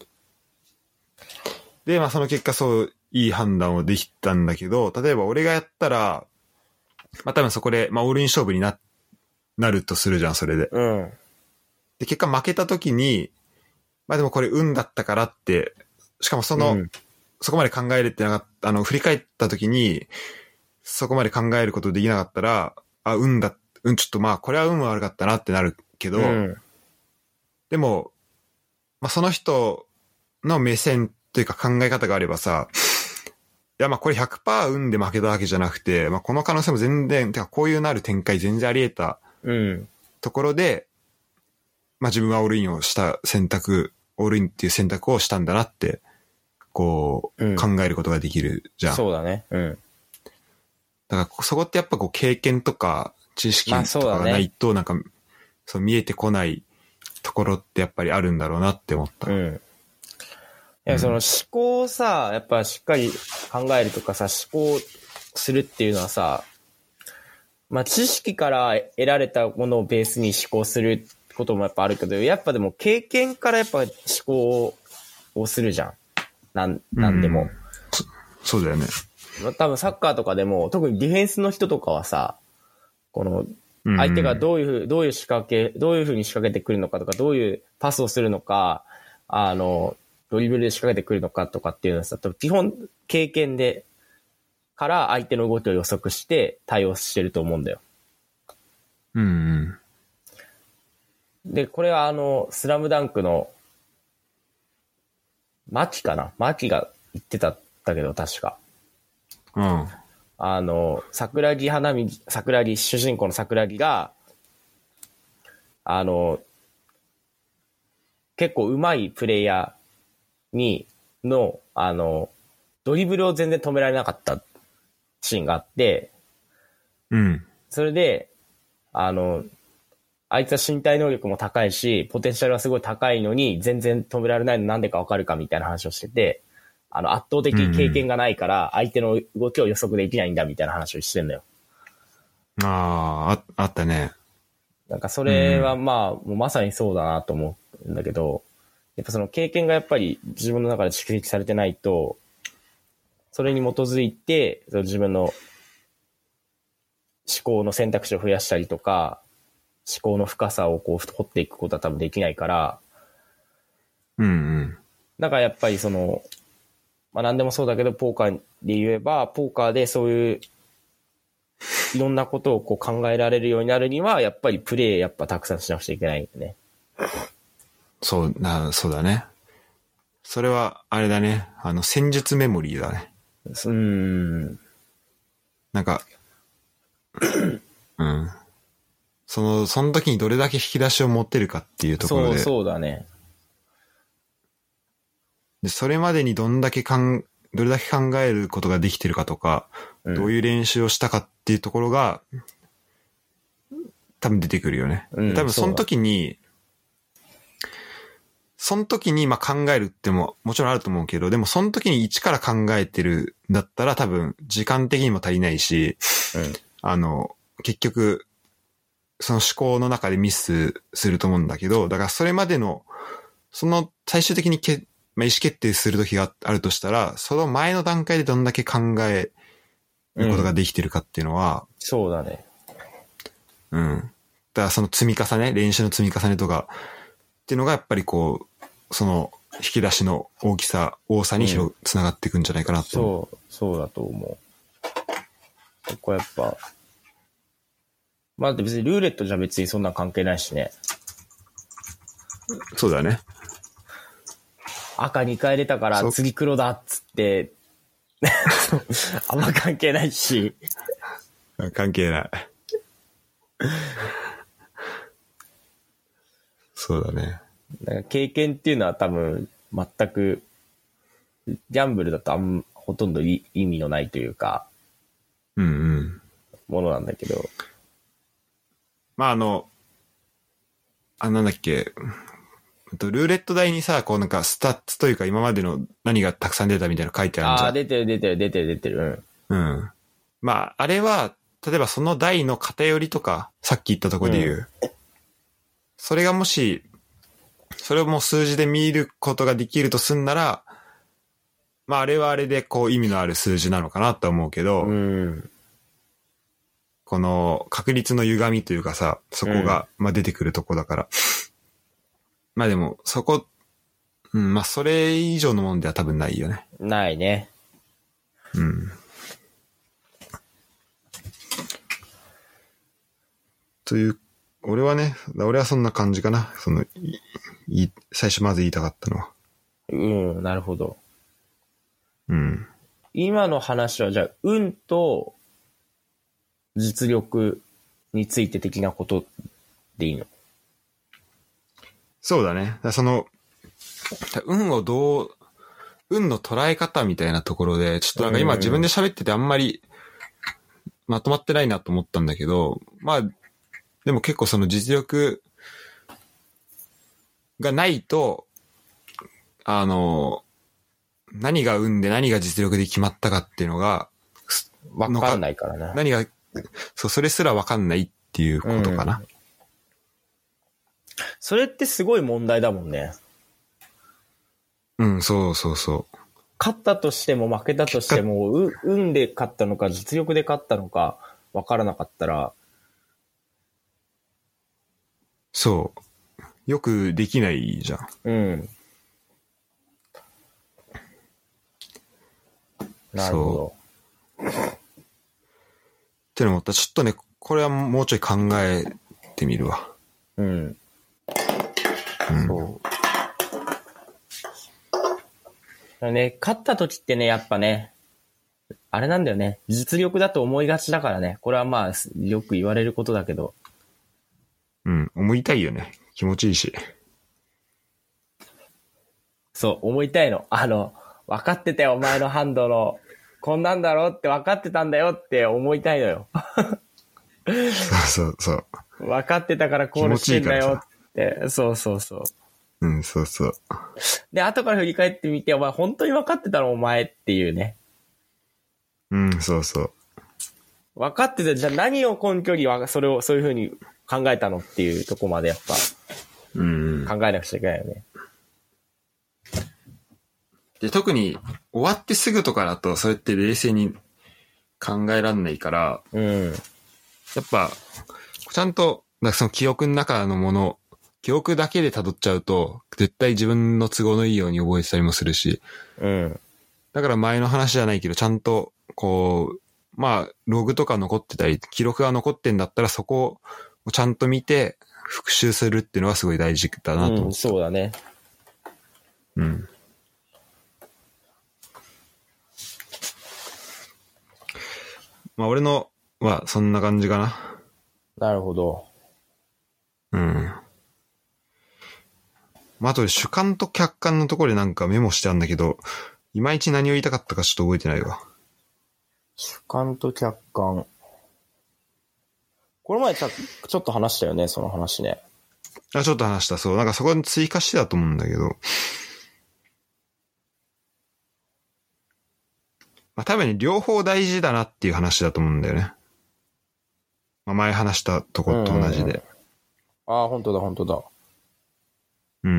で、まあその結果そう、いい判断をできたんだけど、例えば俺がやったら、まあ多分そこで、まあオールイン勝負にな、なるとするじゃん、それで。 うん。 で、結果負けた時に、まあでもこれ運だったからって、しかもその、うん、そこまで考えれてなかった、あの、振り返った時に、そこまで考えることできなかったら、あ、運だ、うん、ちょっとまあこれは運悪かったなってなるけど、うん、でも、まあその人の目線というか考え方があればさ、いやまあこれ ひゃくパーセント 運で負けたわけじゃなくて、まあこの可能性も全然、てかこういうなる展開全然あり得たところで、うん、まあ自分はオールインをした選択、オールインっていう選択をしたんだなって、こう、うん、考えることができるじゃん。 そうだね。うん。 だからそこってやっぱこう経験とか知識とかがないとなんか、まあ、そうだね、そう見えてこないところってやっぱりあるんだろうなって思った。 うん。いや、その思考をさ、やっぱしっかり考えるとかさ、思考するっていうのはさ、まあ知識から得られたものをベースに思考することもやっぱあるけど、やっぱでも経験からやっぱ思考をするじゃん。なん、なんでも。うん、 そ、そうだよね。 多分サッカーとかでも、特にディフェンスの人とかはさ、この、相手がどういうふう、どういう仕掛け、どういうふうに仕掛けてくるのかとか、どういうパスをするのか、あの、ドリブルで仕掛けてくるのかとかっていうのはさ、基本経験で、から相手の動きを予測して対応してると思うんだよ。 うん、 うん。で、これはあの、スラムダンクの、マキかなマキが言ってたんだけど、確か。 うん。 あの、桜木花道、桜木、主人公の桜木が、あの、結構上手いプレイヤーに、の、あの、ドリブルを全然止められなかったシーンがあって、 うん。 それで、あの、あいつは身体能力も高いし、ポテンシャルはすごい高いのに、全然止められないのなんでかわかるかみたいな話をしてて、あの、圧倒的経験がないから、相手の動きを予測できないんだみたいな話をしてんだよ。 ああ、あったね。 なんかそれはまあ、もうまさにそうだなと思うんだけど、やっぱその経験がやっぱり自分の中で蓄積されてないと、それに基づいて、その自分の思考の選択肢を増やしたりとか、思考の深さをこう掘っていくことは多分できないから、 うんうん。 だからやっぱりその、まあ何でもそうだけど、ポーカーで言えば、ポーカーでそういういろんなことをこう考えられるようになるには、やっぱりプレーやっぱたくさんしなくちゃいけないんだね。 そうな、そうだね。それはあれだね。あの戦術メモリーだね。 うーん。 なんか、うん。その、その時にどれだけ引き出しを持ってるかっていうところで。 そう、そうだね。 で、それまでにどんだけかん、どれだけ考えることができてるかとか、うん、どういう練習をしたかっていうところが、多分出てくるよね。うん、多分その時に、その時にまあ考えるってももちろんあると思うけど、でもその時に一から考えてるんだったら多分時間的にも足りないし、うん、あの、結局、その思考の中でミスすると思うんだけど、だからそれまでの、その最終的にけ、まあ、意思決定する時があるとしたら、その前の段階でどんだけ考えることができてるかっていうのは、うん、 そうだね。 うん。だからその積み重ね、練習の積み重ねとかっていうのがやっぱりこう、その引き出しの大きさ、多さに広、つながっていくんじゃないかなと思う。 そう、そうだと思う。ここはやっぱ、まあ別にルーレットじゃ別にそんな関係ないしね。 そうだね。 赤にかい出たから次黒だっつって、あんま関係ないし。 関係ない。そうだね。 だから経験っていうのは多分全く、ギャンブルだとあんほとんど意味のないというか、 うんうん。 ものなんだけど。 まああの、あ、なんだっけ、ルーレット台にさ、こうなんかスタッツというか今までの何がたくさん出たみたいなの書いてあるんじゃん。 ああ、出てる出てる出てる出てる。 うん。うん。まあ、あれは例えばその台の偏りとか、さっき言ったところで言う、うん、それがもし、それをもう数字で見ることができるとすんなら、まああれはあれでこう意味のある数字なのかなと思うけど、 うん、 この確率の歪みというかさ、そこが、まあ出てくるとこだから。まあでも、そこ、うん、まあそれ以上のもんでは多分ないよね。 ないね。 うん。という、俺はね、俺はそんな感じかな。その、いい最初まず言いたかったのは。 うん、なるほど。 うん。 今の話はじゃあ、運と実力について的なことでいいの？ そうだね。だからその、運をどう、運の捉え方みたいなところで、ちょっとなんか今自分で喋っててあんまりまとまってないなと思ったんだけど、まあ、でも結構その実力がないと、あの、何が運で何が実力で決まったかっていうのが、 わかんないからな。 何が、そう、それすらわかんないっていうことかな。うん、 それってすごい問題だもんね。 うん、そうそうそう。 勝ったとしても負けたとしても、う運で勝ったのか実力で勝ったのかわからなかったら。 そう。よくできないじゃん。 うん。なるほど。 ってのもったら、ちょっとね、これはもうちょい考えてみるわ。 うん。うん、そう。ね、勝った時ってね、やっぱね、あれなんだよね。実力だと思いがちだからね。これはまあ、よく言われることだけど。 うん、思いたいよね。気持ちいいし。 そう、思いたいの。あの、分かってたよ、お前のハンドの。こんなんだろって分かってたんだよって思いたいのよ。 そうそうそう。 分かってたからコールしてんだよって。そうそうそう。 うん、そうそう。 で、後から振り返ってみて、お前本当に分かってたのお前っていうね。 うん、そうそう。 分かってた。じゃあ何を根拠にそれを、そういう風に考えたのっていうとこまでやっぱ、 うん、 考えなくちゃいけないよね。 で、特に終わってすぐとかだと、そうやって冷静に考えらんないから、 うん。 やっぱ、ちゃんと、なんかその記憶の中のもの、記憶だけで辿っちゃうと、絶対自分の都合のいいように覚えてたりもするし、 うん。 だから前の話じゃないけど、ちゃんと、こう、まあ、ログとか残ってたり、記録が残ってんだったら、そこをちゃんと見て、復習するっていうのはすごい大事だなと思って、 うん。そうだね。 うん。まあ、俺のはそんな感じかな。 なるほど。 うん。まあ、あと主観と客観のところでなんかメモしてあるんだけど、いまいち何を言いたかったかちょっと覚えてないわ。 主観と客観。これ前ちょっと話したよね、その話ね。 あ、ちょっと話した。そう。なんかそこに追加してたと思うんだけど。まあ多分ね、両方大事だなっていう話だと思うんだよね。まあ前話したとこと同じで。うんうんうん、 ああ、本当だ、本当だ。 うん。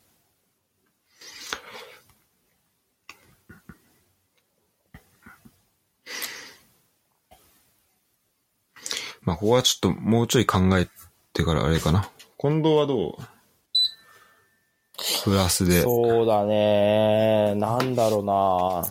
まあここはちょっともうちょい考えてからあれかな。近藤はどう？プラスで。 そうだね。なんだろうな。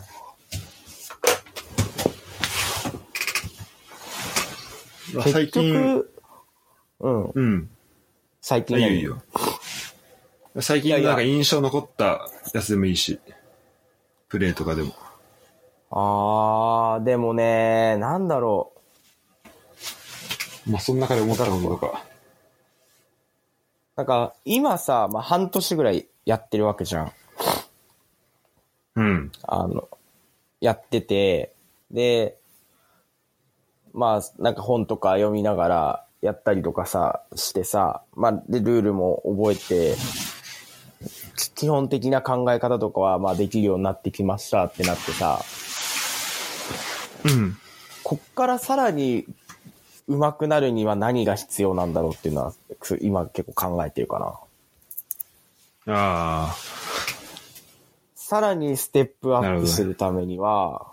最近、 うん。 うん。 最近いいよいいよ。最近なんか印象残ったやつでもいいし、プレイとかでも。 あー、でもね、なんだろう。まあ、その中で思ったこととか。 なんか、今さ、まあ、半年ぐらいやってるわけじゃん。 うん。 あの、やってて、で、まあ、なんか本とか読みながらやったりとかさ、してさ、まあ、で、ルールも覚えて、基本的な考え方とかは、まあ、できるようになってきましたってなってさ、 うん。 こっからさらに上手くなるには何が必要なんだろうっていうのは、今結構考えてるかな。 ああ。 さらにステップアップするためには、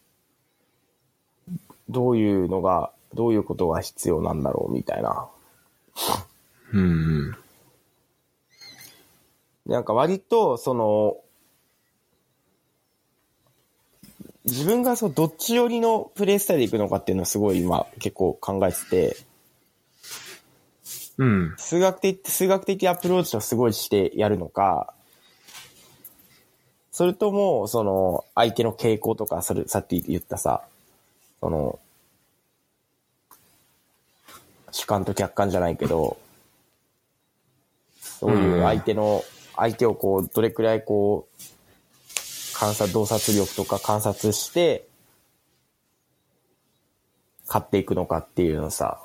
どういうのが、どういうことが必要なんだろうみたいな。 うんうん。 なんか割と、その、自分がそうどっち寄りのプレイスタイルでいくのかっていうのをすごい今結構考えてて、 うん。 数学的、数学的アプローチをすごいしてやるのか、それとも、その、相手の傾向とか、それ、さっき言ったさ、その、主観と客観じゃないけど、そういう相手の、相手をこう、どれくらいこう、観察、洞察力とか観察して、買っていくのかっていうのさ、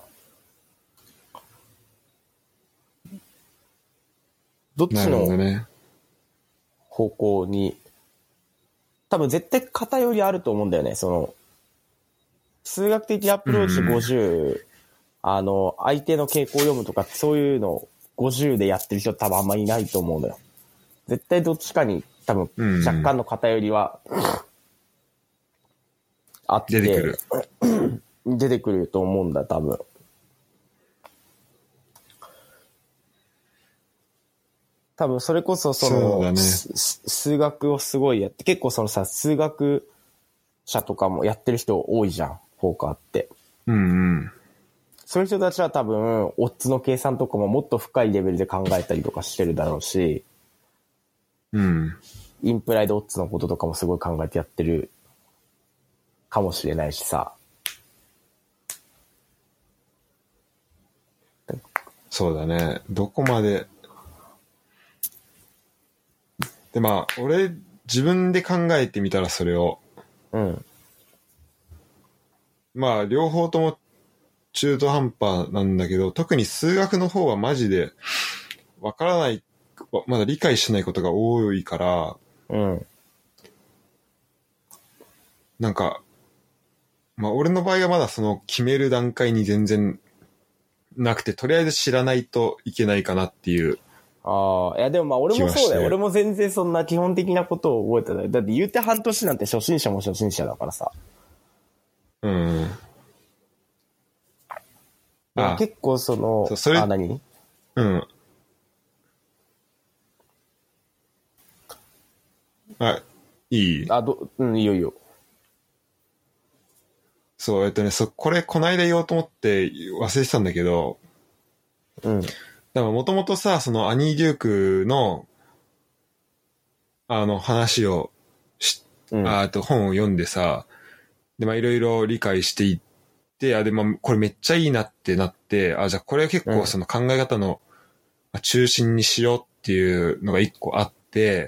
どっちの方向に、多分絶対偏りあると思うんだよね。その、数学的アプローチごじゅう、うん、あの、相手の傾向を読むとか、そういうのごじゅうでやってる人多分あんまりいないと思うのよ。絶対どっちかに多分若干の偏りは、あって、 出てくる。 出てくると思うんだ、多分。多分それこそその、 そうだね、 数学をすごいやって、結構そのさ、数学者とかもやってる人多いじゃん、ポーカーって。 うんうん。 そういう人たちは多分、オッズの計算とかももっと深いレベルで考えたりとかしてるだろうし、 うん。 インプライドオッズのこととかもすごい考えてやってるかもしれないしさ。 そうだね。どこまで。で、まあ、俺、自分で考えてみたらそれを。 うん。 まあ、両方とも中途半端なんだけど、特に数学の方はマジで、わからない、まだ理解してないことが多いから、 うん。 なんか、まあ、俺の場合はまだその決める段階に全然なくて、とりあえず知らないといけないかなっていう。 ああ、いやでもまあ俺もそうだよ。俺も全然そんな基本的なことを覚えてない。だって言うて半年なんて初心者も初心者だからさ。 うん。 あ結構その、 そそれあ、何？ うん。あ、いい？ あ、ど、うん、いいよいいよ。 そう、えっとね、そ、これこないだ言おうと思って忘れてたんだけど、 うん。 だからもともとさ、そのアニー・デュークの、あの話をし、うん、あと本を読んでさ、で、まあいろいろ理解していって、あ、で、まあこれめっちゃいいなってなって、あ、じゃあこれは結構その考え方の中心にしようっていうのが一個あって、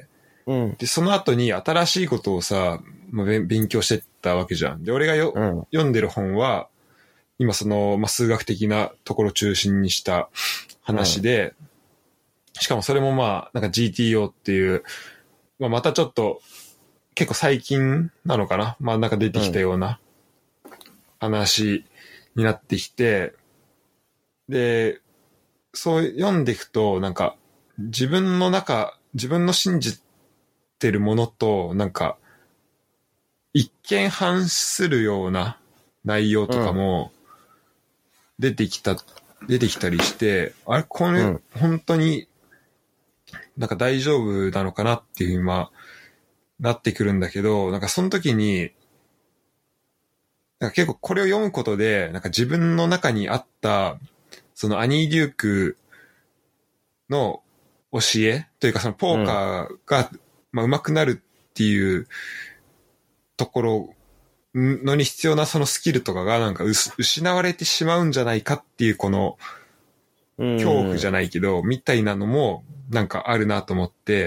うん、 で、その後に新しいことをさ、まあ、勉強してったわけじゃん。で、俺がよ、うん、読んでる本は、今その、まあ、数学的なところを中心にした話で、うん、しかもそれもまあ、なんか ジーティーオー っていう、まあ、またちょっと、結構最近なのかな、まあなんか出てきたような話になってきて、で、そう読んでいくと、なんか、自分の中、自分の信じてるものと、なんか、一見反するような内容とかも出てきた、うん、出てきたりして、あれ、これ、うん、本当になんか大丈夫なのかなっていうふうにまあなってくるんだけど、なんかその時に、なんか結構これを読むことで、なんか自分の中にあった、そのアニー・デュークの教えというかそのポーカーが、うん、まあ上手くなるっていうところのに必要なそのスキルとかがなんか失われてしまうんじゃないかっていうこの恐怖じゃないけど、みたいなのもなんかあるなと思って、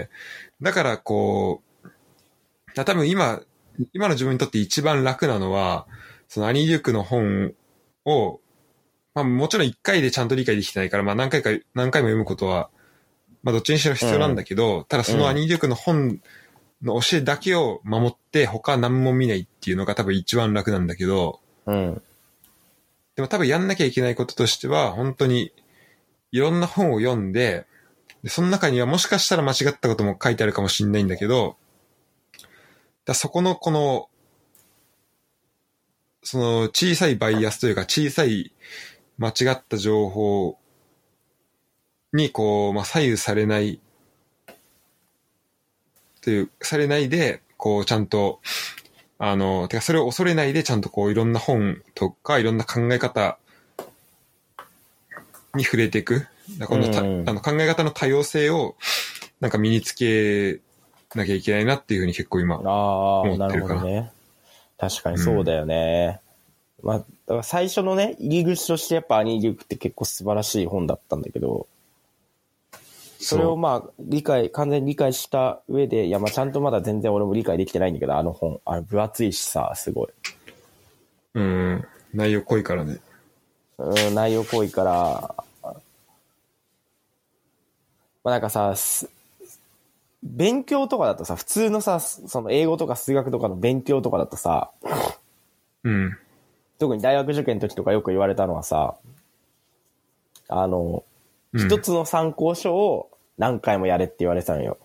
だからこう、多分今、今の自分にとって一番楽なのは、そのアニー・デュークの本を、まあもちろん一回でちゃんと理解できてないから、まあ何回か、何回も読むことは、まあどっちにしろ必要なんだけど、ただそのアニー・デュークの本の教えだけを守って他は何も見ないっていうのが多分一番楽なんだけど、 うん。 でも多分やんなきゃいけないこととしては、本当にいろんな本を読んで、でその中にはもしかしたら間違ったことも書いてあるかもしれないんだけど、だそこのこの、その小さいバイアスというか小さい間違った情報にこう、まあ、左右されないという、されないで、こうちゃんと、あの、てかそれを恐れないでちゃんとこういろんな本とかいろんな考え方に触れていく。だこのた、うん、あの考え方の多様性をなんか身につけなきゃいけないなっていうふうに結構今思ってるかな。ああ、なるほどね。 確かにそうだよね。うん、まあ、だから最初のね、入り口としてやっぱアニー・リュークって結構素晴らしい本だったんだけど、それをまあ理解、完全に理解した上で、いやまあちゃんとまだ全然俺も理解できてないんだけど、あの本、あの分厚いしさ、すごい。 うん、内容濃いからね。 うん、内容濃いから、まあなんかさ、勉強とかだとさ、普通のさ、その英語とか数学とかの勉強とかだとさ、 うん。 特に大学受験の時とかよく言われたのはさ、あの、うん、一つの参考書を何回もやれって言われてたのよ。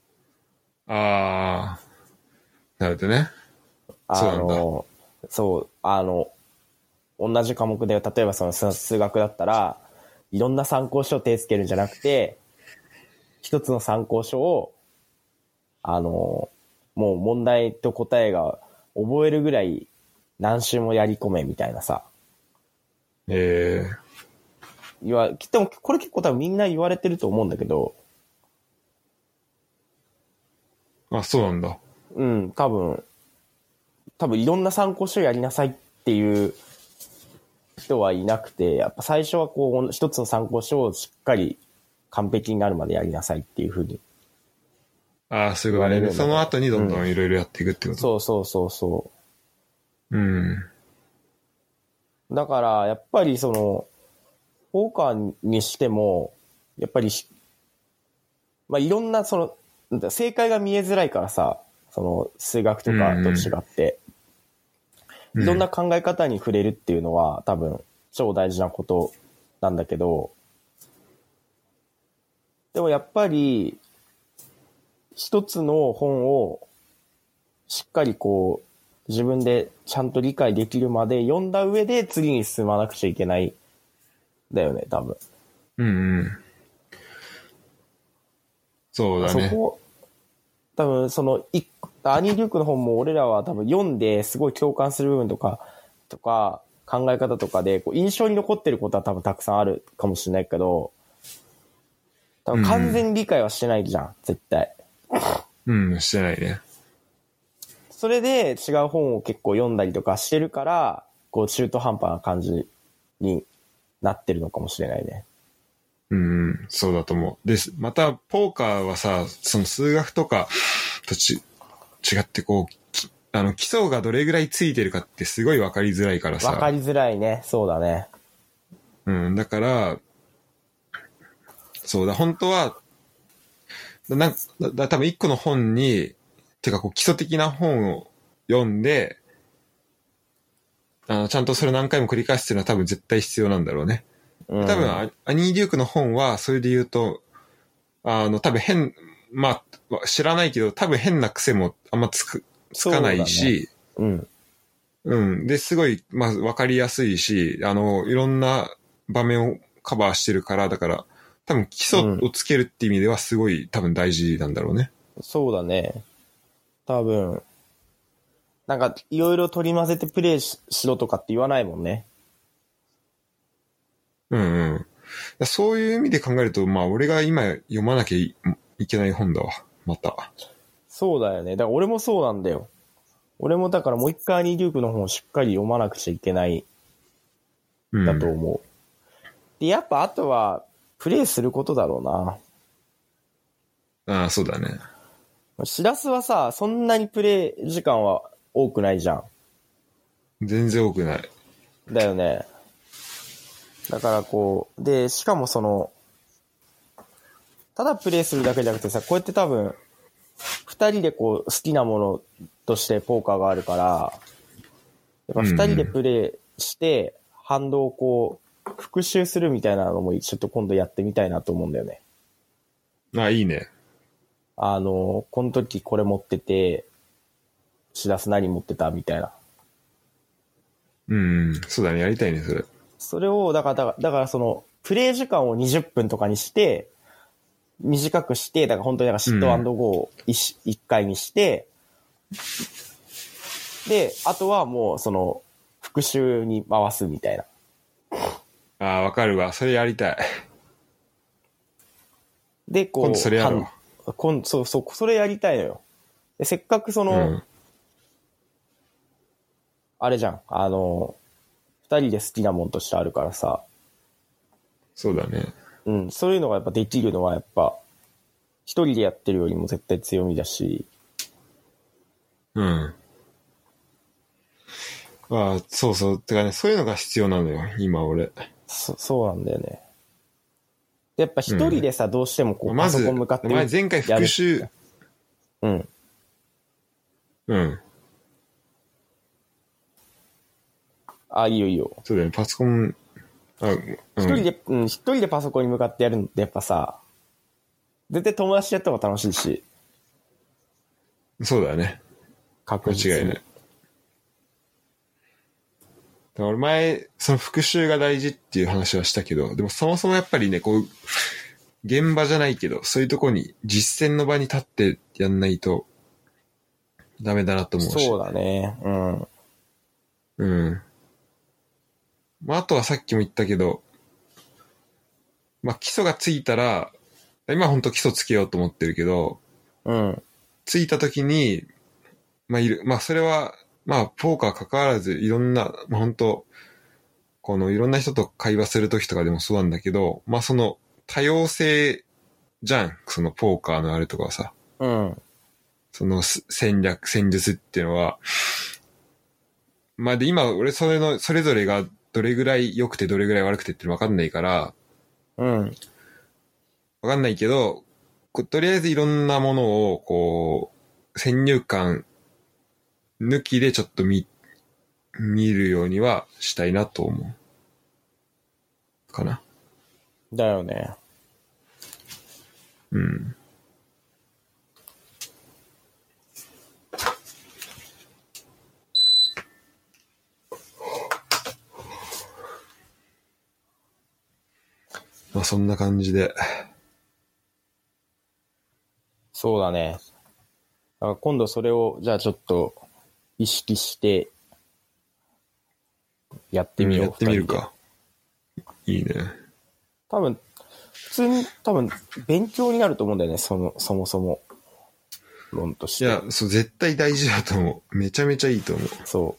ああ、なるほどね。 あの、そう、あの、同じ科目で、例えばその数学だったら、いろんな参考書を手つけるんじゃなくて、一つの参考書を、あの、もう問題と答えが覚えるぐらい何週もやり込めみたいなさ。 ええー。 言わ、きっとこれ結構多分みんな言われてると思うんだけど。 あ、そうなんだ。 うん、多分、多分いろんな参考書やりなさいっていう人はいなくて、やっぱ最初はこう一つの参考書をしっかり完璧になるまでやりなさいっていうふうに。 ああ、そういうことね。その後にどんどんいろいろやっていくってこと、 うん、そうそうそうそう。 うん。 だから、やっぱりその、ポーカーにしても、やっぱり、まあ、いろんなその、正解が見えづらいからさ、その、数学とかと違って、うんうん、いろんな考え方に触れるっていうのは、多分、超大事なことなんだけど、でもやっぱり、一つの本をしっかりこう自分でちゃんと理解できるまで読んだ上で次に進まなくちゃいけないだよね、多分。 うんうん。そうだね。 そこ、多分その、アニー・リュークの本も俺らは多分読んですごい共感する部分とか、とか考え方とかでこう印象に残ってることは多分たくさんあるかもしれないけど、多分完全に理解はしてないじゃん、うん、絶対。 うん、してないね。 それで違う本を結構読んだりとかしてるから、こう中途半端な感じになってるのかもしれないね。 うん、そうだと思う。で、また、ポーカーはさ、その数学とかとち違ってこう、あの、基礎がどれぐらいついてるかってすごい分かりづらいからさ。 分かりづらいね。そうだね。 うん、だから、そうだ、本当は、なんだ、だ多分一個の本に、てかこう基礎的な本を読んで、あの、ちゃんとそれ何回も繰り返すっていうのは多分絶対必要なんだろうね。うん、多分ア、アニー・デュークの本は、それで言うと、あの、多分変、まあ、知らないけど、多分変な癖もあんまつく、つかないし、 うね、うん。 うん。で、すごい、まあ、わかりやすいし、あの、いろんな場面をカバーしてるから、だから、多分基礎をつけるって意味ではすごい、うん、多分大事なんだろうね。 そうだね。多分、なんかいろいろ取り混ぜてプレイ し, しろとかって言わないもんね。 うんうん。そういう意味で考えると、まあ俺が今読まなきゃ い, いけない本だわ。また。 そうだよね。だから俺もそうなんだよ。俺もだからもう一回アニー・デュークの本をしっかり読まなくちゃいけないだと思う。うん、で、やっぱあとはプレイすることだろうな。ああ、そうだね。 しらすはさ、そんなにプレイ時間は多くないじゃん。 全然多くない。 だよね。だからこう、で、しかもその、ただプレイするだけじゃなくてさ、こうやって多分、二人でこう好きなものとしてポーカーがあるから、 だから二人でプレイして、反動をこう、復習するみたいなのもちょっと今度やってみたいなと思うんだよね。 あ、いいね。 あの、この時これ持ってて、しらす何持ってたみたいな。 うん、そうだね。やりたいね、それ。 それを、だから、だから、だからその、プレイ時間をにじゅっぷんとかにして、短くして、だから本当になんかシット&ゴーを一、一回にして、で、あとはもうその、復習に回すみたいな。 ああ、わかるわ。それやりたい。 で、こう、 今度それやろう。 今度、そう、そう、それやりたいのよ。でせっかくその、うん、あれじゃん、あの、二人で好きなもんとしてあるからさ。 そうだね。 うん、そういうのがやっぱできるのはやっぱ、一人でやってるよりも絶対強みだし。 うん。ああ、そうそう。てかね、そういうのが必要なのよ、今俺。 そ、そうなんだよね。やっぱ一人でさ、うん、どうしてもこう、パソコン向かってまず、前回復習。 うん。 うん。 あ、いいよいいよ。 そうだよね、パソコン、あ、うん、 一人で、うん、一人でパソコンに向かってやるのってやっぱさ、絶対友達とやった方が楽しいし。 そうだね。 確実に。間違いない。 俺前、その復習が大事っていう話はしたけど、でもそもそもやっぱりね、こう、現場じゃないけど、そういうとこに実践の場に立ってやんないとダメだなと思うし。 そうだね。うん。 うん。まあ、あとはさっきも言ったけど、まあ、基礎がついたら、今ほんと基礎つけようと思ってるけど、 うん。 ついた時に、まあ、いる、まあ、それは、まあ、ポーカー関わらず、いろんな、まあ、本当このいろんな人と会話するときとかでもそうなんだけど、まあ、その多様性じゃん、そのポーカーのあるとかはさ。 うん。 その戦略、戦術っていうのは、まあ、で、今、俺、それの、それぞれがどれぐらい良くてどれぐらい悪くてってわかんないから、 うん。 わかんないけど、とりあえずいろんなものを、こう、先入観抜きでちょっと見、見るようにはしたいなと思う。かな。 だよね。 うん。まあそんな感じで。 そうだね。だから今度それを、じゃあちょっと意識してやってみよう。 うん、やってみるか。いいね。 多分、普通に多分勉強になると思うんだよね、その、そもそも。論として。 いや、そう、絶対大事だと思う。めちゃめちゃいいと思う。 そう。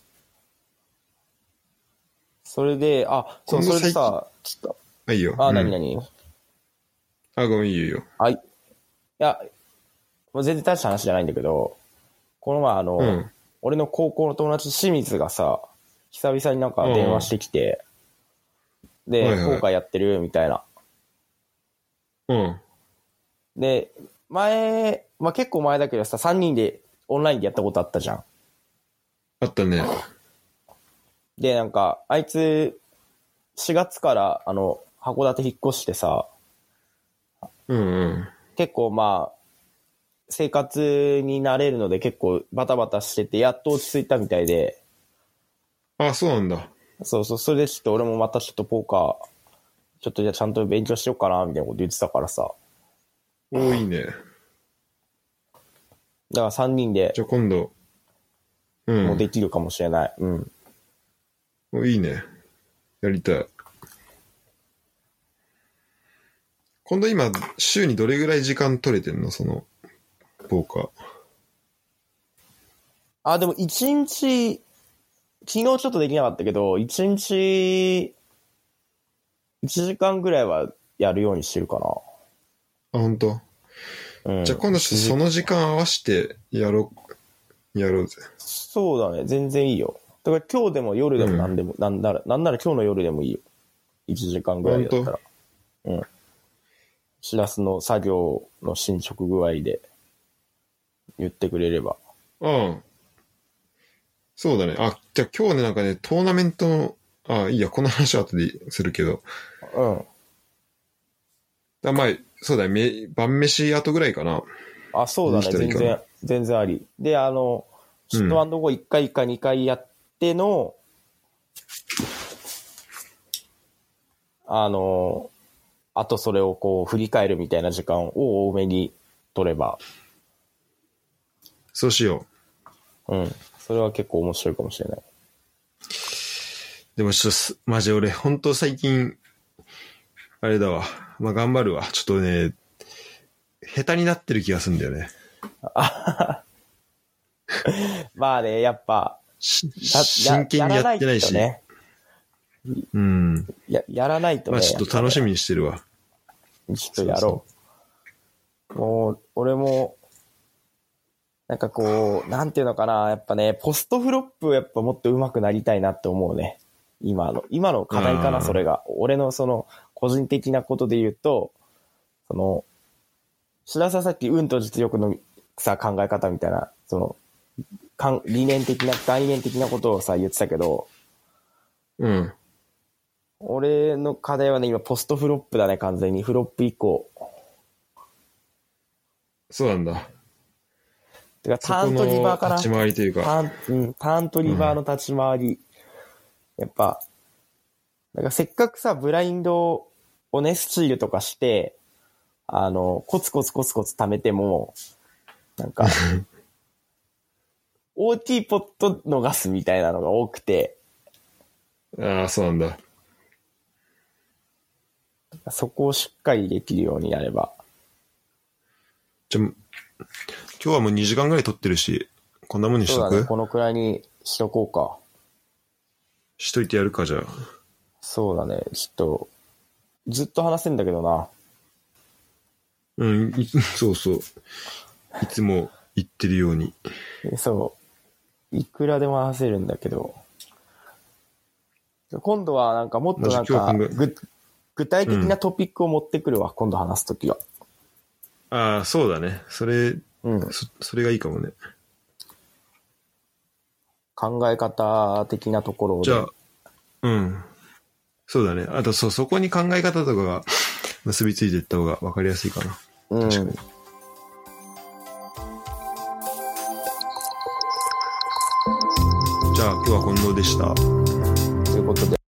それで、あ、そう、それでさ、ちょっと。 あ、いいよ。 あ、 うん、 なになにあ、ごめん、いいよ。 あ、いや、もう全然大した話じゃないんだけど、この前あの、うん、俺の高校の友達清水がさ、久々になんか電話してきて、うん、で、はいはい、ポーカーやってるみたいな。 うん。 で、前、まあ、結構前だけどさ、さんにんでオンラインでやったことあったじゃん。 あったね。 で、なんか、あいつ、しがつから、あの、函館引っ越してさ、 うんうん。 結構まあ、生活に慣れるので結構バタバタしてて、やっと落ち着いたみたいで。 あ、そうなんだ。 そうそう、それでちょっと俺もまたちょっとポーカー、ちょっとじゃあちゃんと勉強しようかな、みたいなこと言ってたからさ。 おー、いいね。 だからさんにんで。 じゃあ今度、 うん。もうできるかもしれない。うん。 お、いいね。やりたい。今度今、週にどれぐらい時間取れてんのその、ポーカー。 あ、でも一日、昨日ちょっとできなかったけど、一日、いちじかんぐらいはやるようにしてるかな。 あ、ほんと？うん。じゃあ今度その時間合わせてやろう、やろうぜ。 そうだね、全然いいよ。だから今日でも夜でも何でも、うん、なんなら、なんなら今日の夜でもいいよ。いちじかんぐらいだったら。うん。しらすの作業の進捗具合で言ってくれれば。 うん。 そうだね。あ、じゃあ今日ね、なんかね、トーナメントの、あ、いいや、この話は後でするけど。 うん。 だまあ、そうだね、め晩飯後ぐらいかな。 あ、そうだね。 できたらいいかな全然、全然あり。で、あの、ヒットアンドゴーいっかいかにかいやっての、あの、あとそれをこう振り返るみたいな時間を多めに取れば。 そうしようん。それは結構面白いかもしれない。 う。でもちょっとす、マジ俺、ほんと最近、あれだわ。まあ頑張るわ。ちょっとね、下手になってる気がするんだよね。 まあね、やっぱ、 しや真剣にやってないし。 やらないとね、 うん。 や、やらないとね。 まあちょっと楽しみにしてるわ。 ちょっとやろう。もう、俺も、なんかこう、なんていうのかな、やっぱね、ポストフロップやっぱもっと上手くなりたいなって思うね。今の、今の課題かな、それが。俺のその、個人的なことで言うと、その、白澤さっき運と実力のさ、考え方みたいな、その、かん理念的な、概念的なことをさ、言ってたけど、 うん。 俺の課題はね、今ポストフロップだね、完全に。フロップ以降。 そうなんだ。 てか、ターンとリバーかな。 立ち回りというか。 ターン、うん、ターンとリバーの立ち回り。うん、やっぱ、なんかせっかくさ、ブラインドをね、スチールとかして、あの、コツコツコツコツ貯めても、なんか、オーティー ポット逃すみたいなのが多くて。 ああ、そうなんだ。 そこをしっかりできるようになれば。 じゃ、今日はもうにじかんぐらい撮ってるし、こんなもんにしとく？ そうだね、このくらいにしとこうか。 しといてやるか、じゃあ。 そうだね、ちょっと、ずっと話せんだけどな。 うん、いそうそう。いつも言ってるように。 そう。いくらでも話せるんだけど。今度はなんかもっとなんかぐ、具体的なトピックを持ってくるわ、うん、今度話すときは。 ああ、そうだね。それ、うんそ、それがいいかもね。 考え方的なところを。 じゃあ、うん。そうだね。あと、そう、そこに考え方とかが結びついていった方が分かりやすいかな。 うん、 確かに。じゃあ、今日は近藤でした。 ということで。